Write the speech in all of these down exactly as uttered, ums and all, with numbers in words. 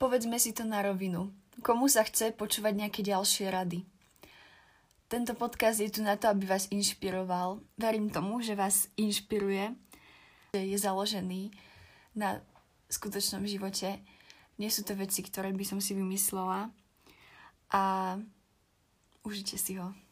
povedzme si to na rovinu. Komu sa chce počúvať nejaké ďalšie rady? Tento podcast je tu na to, aby vás inšpiroval. Verím tomu, že vás inšpiruje. Je založený na skutočnom živote. Nie sú to veci, ktoré by som si vymyslela. A užite si ho.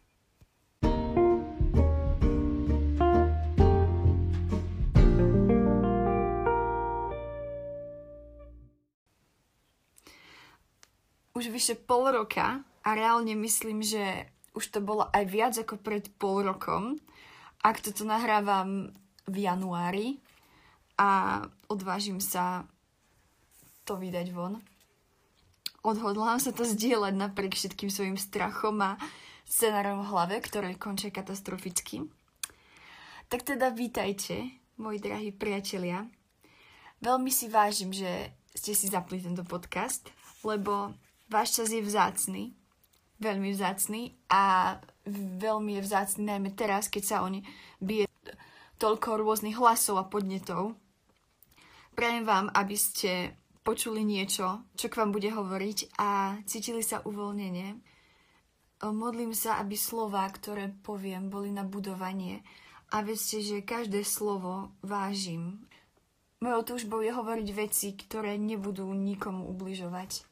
Už vyše pol roka a reálne myslím, že už to bolo aj viac ako pred pol rokom, ak toto nahrávam v januári a odvážim sa to vydať von. Odhodlám sa to zdieľať napriek všetkým svojim strachom a scenárom v hlave, ktoré končia katastroficky. Tak teda vítajte, moji drahí priatelia. Veľmi si vážim, že ste si zapli tento podcast, lebo váš čas je vzácny, veľmi vzácny a veľmi je vzácny najmä teraz, keď sa oň bije toľko rôznych hlasov a podnetov. Prajem vám, aby ste počuli niečo, čo k vám bude hovoriť a cítili sa uvoľnenie. Modlím sa, aby slová, ktoré poviem, boli na budovanie a vedzte, že každé slovo vážim. Mojou túžbou je hovoriť veci, ktoré nebudú nikomu ubližovať.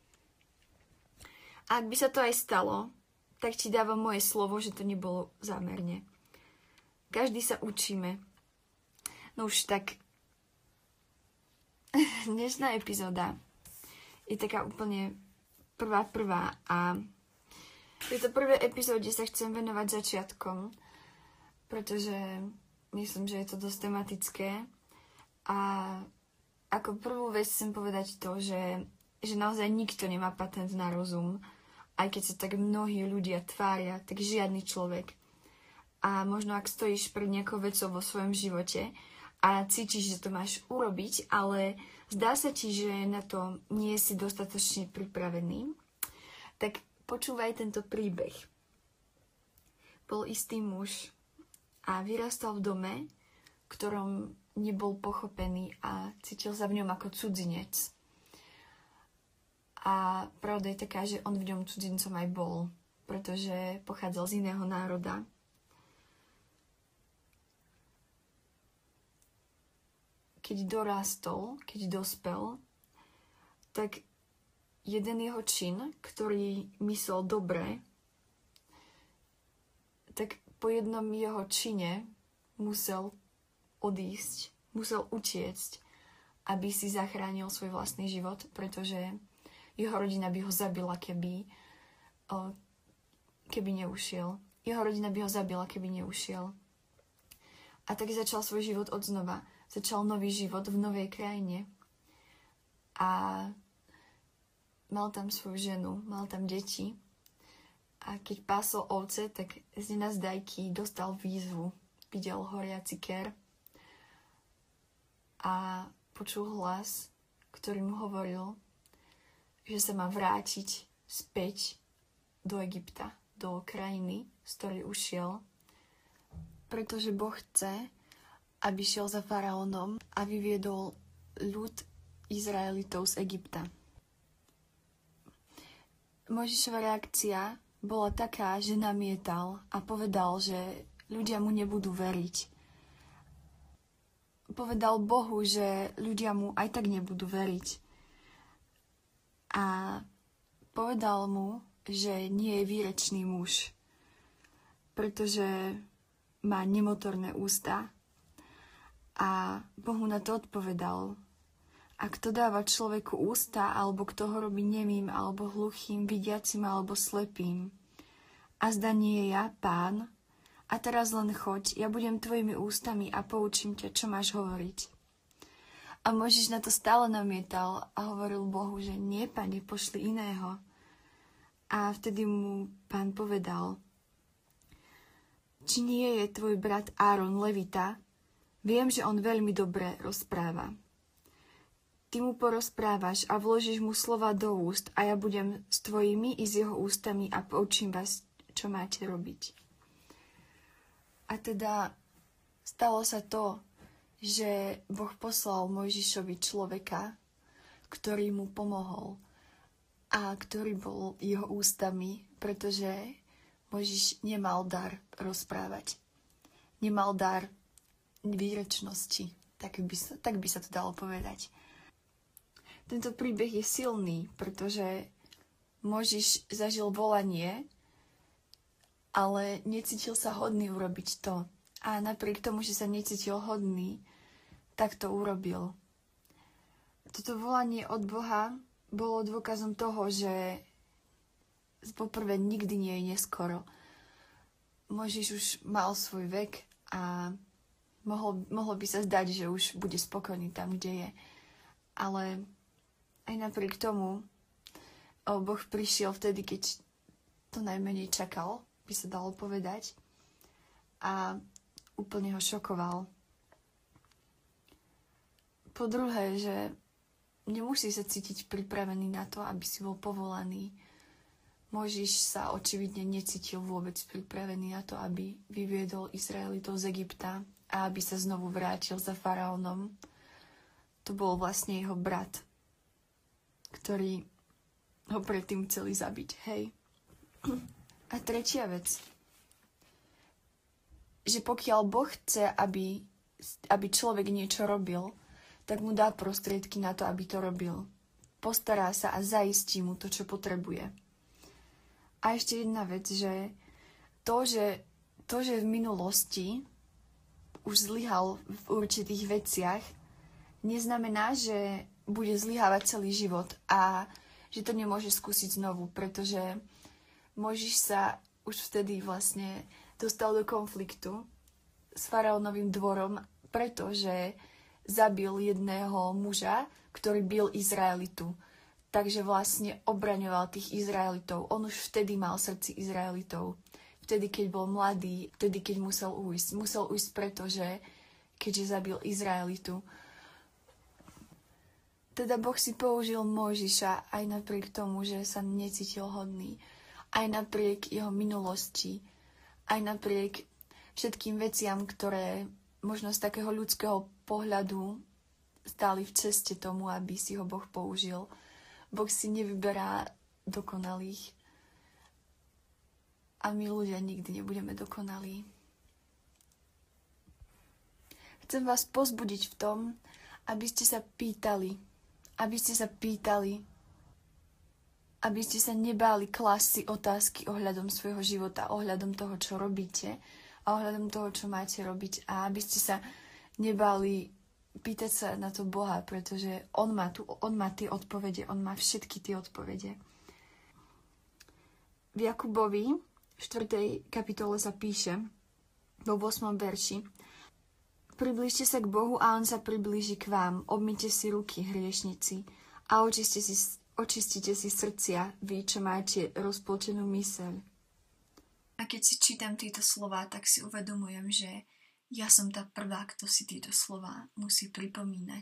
A ak by sa to aj stalo, tak ti dávam moje slovo, že to nebolo zámerne. Každý sa učíme. No už tak, dnešná epizóda je taká úplne prvá prvá a v tejto prvej epizóde sa chcem venovať začiatkom, pretože myslím, že je to dosť tematické a ako prvú vec chcem povedať to, že, že naozaj nikto nemá patent na rozum. Aj keď sa tak mnohí ľudia tvária, tak žiadny človek. A možno ak stojíš pred nejakou vecou vo svojom živote a cítiš, že to máš urobiť, ale zdá sa ti, že na to nie si dostatočne pripravený, tak počúvaj tento príbeh. Bol istý muž a vyrastal v dome, v ktorom nebol pochopený a cítil sa v ňom ako cudzinec. A pravda je taká, že on v ňom cudzincom aj bol, pretože pochádzal z iného národa. Keď dorastol, keď dospel, tak jeden jeho čin, ktorý myslel dobre, tak po jednom jeho čine musel odísť, musel utiecť, aby si zachránil svoj vlastný život, pretože jeho rodina by ho zabila, keby, o, keby neušiel. Jeho rodina by ho zabila, keby neušiel. A tak začal svoj život od znova. Začal nový život v novej krajine. A mal tam svoju ženu, mal tam deti. A keď pásol ovce, tak z nenazdajky dostal výzvu. Videl horiaci ker a počul hlas, ktorý mu hovoril, že sa má vrátiť späť do Egypta, do krajiny, z ktorej ušiel, pretože Boh chce, aby šiel za faraónom a vyviedol ľud Izraelitov z Egypta. Mojžišova reakcia bola taká, že namietal a povedal, že ľudia mu nebudú veriť. Povedal Bohu, že ľudia mu aj tak nebudú veriť. A povedal mu, že nie je výrečný muž, pretože má nemotorné ústa. A Boh mu na to odpovedal: ak to dáva človeku ústa, alebo kto ho robí nemým, alebo hluchým, vidiacim, alebo slepým. A zda nie je ja, Pán, a teraz len choď, ja budem tvojimi ústami a poučím ťa, čo máš hovoriť. A Mojžiš na to stále namietal a hovoril Bohu, že nie, Pane, pošli iného. A vtedy mu Pán povedal: či nie je tvoj brat Áron levita? Viem, že on veľmi dobre rozpráva. Ty mu porozprávaš a vložíš mu slova do úst a ja budem s tvojimi i s jeho ústami a poučím vás, čo máte robiť. A teda stalo sa to, že Boh poslal Mojžišovi človeka, ktorý mu pomohol a ktorý bol jeho ústami, pretože Mojžiš nemal dar rozprávať. Nemal dar výrečnosti, tak by sa, tak by sa to dalo povedať. Tento príbeh je silný, pretože Mojžiš zažil volanie, ale necítil sa hodný urobiť to. A napriek tomu, že sa necítil hodný, tak to urobil. Toto volanie od Boha bolo dôkazom toho, že poprvé nikdy nie je neskoro. Mojžiš už mal svoj vek a mohol, mohlo by sa zdať, že už bude spokojný tam, kde je. Ale aj napriek tomu Boh prišiel vtedy, keď to najmenej čakal, by sa dalo povedať. A úplne ho šokoval. Po druhé, že nemusí sa cítiť pripravený na to, aby si bol povolaný. Mojžiš sa očividne necítil vôbec pripravený na to, aby vyviedol Izraelitov z Egypta a aby sa znovu vrátil za faraónom. To bol vlastne jeho brat, ktorý ho predtým chceli zabiť. Hej. A tretia vec, že pokiaľ Boh chce, aby, aby človek niečo robil, tak mu dá prostriedky na to, aby to robil. Postará sa a zaistí mu to, čo potrebuje. A ešte jedna vec, že to, že, to, že v minulosti už zlyhal v určitých veciach, neznamená, že bude zlyhávať celý život a že to nemôže skúsiť znovu, pretože Mojžiš sa už vtedy vlastne dostal do konfliktu s faraónovým dvorom, pretože zabil jedného muža, ktorý bil Izraelitu. Takže vlastne obraňoval tých Izraelitov. On už vtedy mal srdci Izraelitov. Vtedy, keď bol mladý, vtedy, keď musel ujsť. Musel ujsť, pretože keďže zabil Izraelitu. Teda Boh si použil Mojžiša aj napriek tomu, že sa necítil hodný. Aj napriek jeho minulosti. Aj napriek všetkým veciam, ktoré možno z takého ľudského pohľadu stáli v ceste tomu, aby si ho Boh použil. Boh si nevyberá dokonalých. A my ľudia nikdy nebudeme dokonalí. Chcem vás pozbudiť v tom, aby ste sa pýtali, aby ste sa pýtali, aby ste sa nebáli klásť si otázky ohľadom svojho života, ohľadom toho, čo robíte a ohľadom toho, čo máte robiť a aby ste sa nebáli pýtať sa na to Boha, pretože on má, tu, on má tie odpovede, on má všetky tie odpovede. V Jakubovi v štvrtej kapitole sa píše vo ôsmom verši: Priblížte sa k Bohu a on sa priblíži k vám. Obmyte si ruky, hriešnici, a očiste si, očistite si srdcia, vy, čo máte rozpoltenú myseľ. A keď si čítam tieto slová, tak si uvedomujem, že ja som tá prvá, kto si tieto slová musí pripomínať.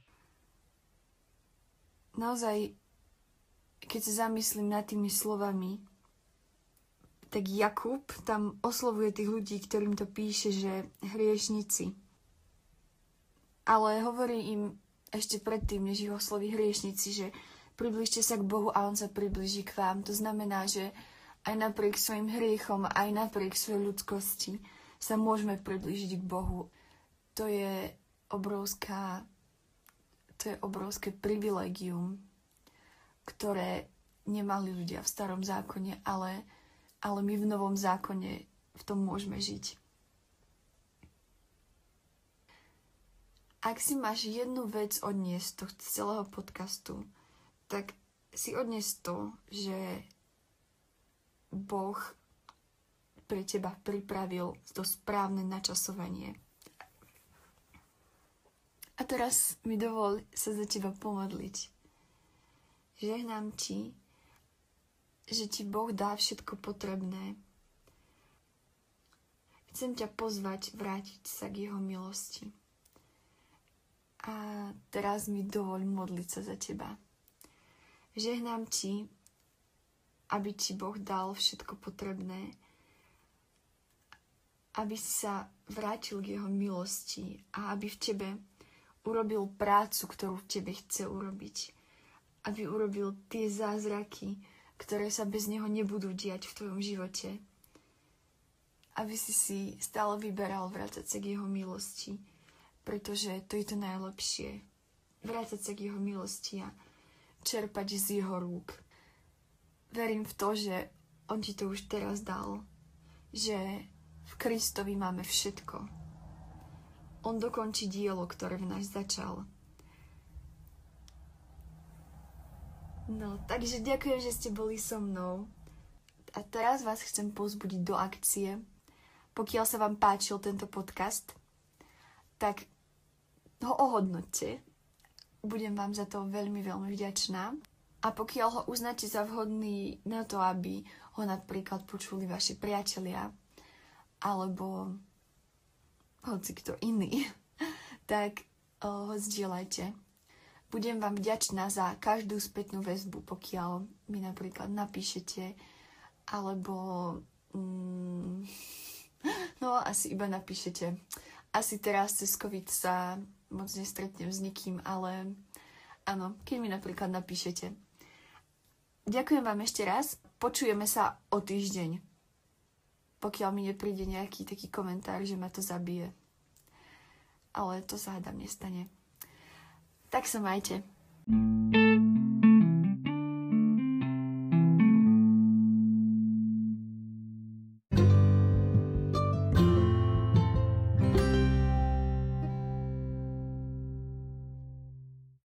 Naozaj, keď sa zamyslím nad tými slovami, tak Jakub tam oslovuje tých ľudí, ktorým to píše, že hriešnici. Ale hovorí im ešte predtým, než ich osloví hriešnici, že priblížte sa k Bohu a on sa priblíži k vám. To znamená, že aj napriek svojim hriechom, aj napriek svojej ľudskosti sa môžeme priblížiť k Bohu. To je obrovská, to je obrovské privilegium, ktoré nemali ľudia v starom zákone, ale, ale my v novom zákone v tom môžeme žiť. Ak si máš jednu vec odniesť z tohto celého podcastu, tak si odniesť to, že Boh pre teba pripravil to správne načasovanie. A teraz mi dovol sa za teba pomodliť. Žehnám ti, že ti Boh dá všetko potrebné. Chcem ťa pozvať vrátiť sa k jeho milosti. A teraz mi dovoľ modliť sa za teba. Žehnám ti, aby ti Boh dal všetko potrebné, aby si sa vrátil k jeho milosti a aby v tebe urobil prácu, ktorú v tebe chce urobiť. aby urobil tie zázraky, ktoré sa bez neho nebudú diať v tvojom živote. Aby si si stále vyberal vrácať sa k jeho milosti, pretože to je to najlepšie. Vrácať sa k jeho milosti a čerpať z jeho rúk. Verím v to, že on ti to už teraz dal, že v Kristovi máme všetko. On dokončí dielo, ktoré v nás začal. No, takže ďakujem, že ste boli so mnou. A teraz vás chcem povzbudiť do akcie. Pokiaľ sa vám páčil tento podcast, tak ho ohodnoťte. Budem vám za to veľmi, veľmi vďačná. A pokiaľ ho uznáte za vhodný na to, aby ho napríklad počuli vaši priatelia, alebo hoci kto iný, tak ho zdieľajte. Budem vám vďačná za každú spätnú väzbu, pokiaľ mi napríklad napíšete, alebo mm, no asi iba napíšete. Asi teraz cez COVID sa moc nestretnem s nikým, ale áno, keď mi napríklad napíšete. Ďakujem vám ešte raz, počujeme sa o týždeň, pokiaľ mi nepríde nejaký taký komentár, že ma to zabije. Ale to sa hádam nestane. Tak sa majte.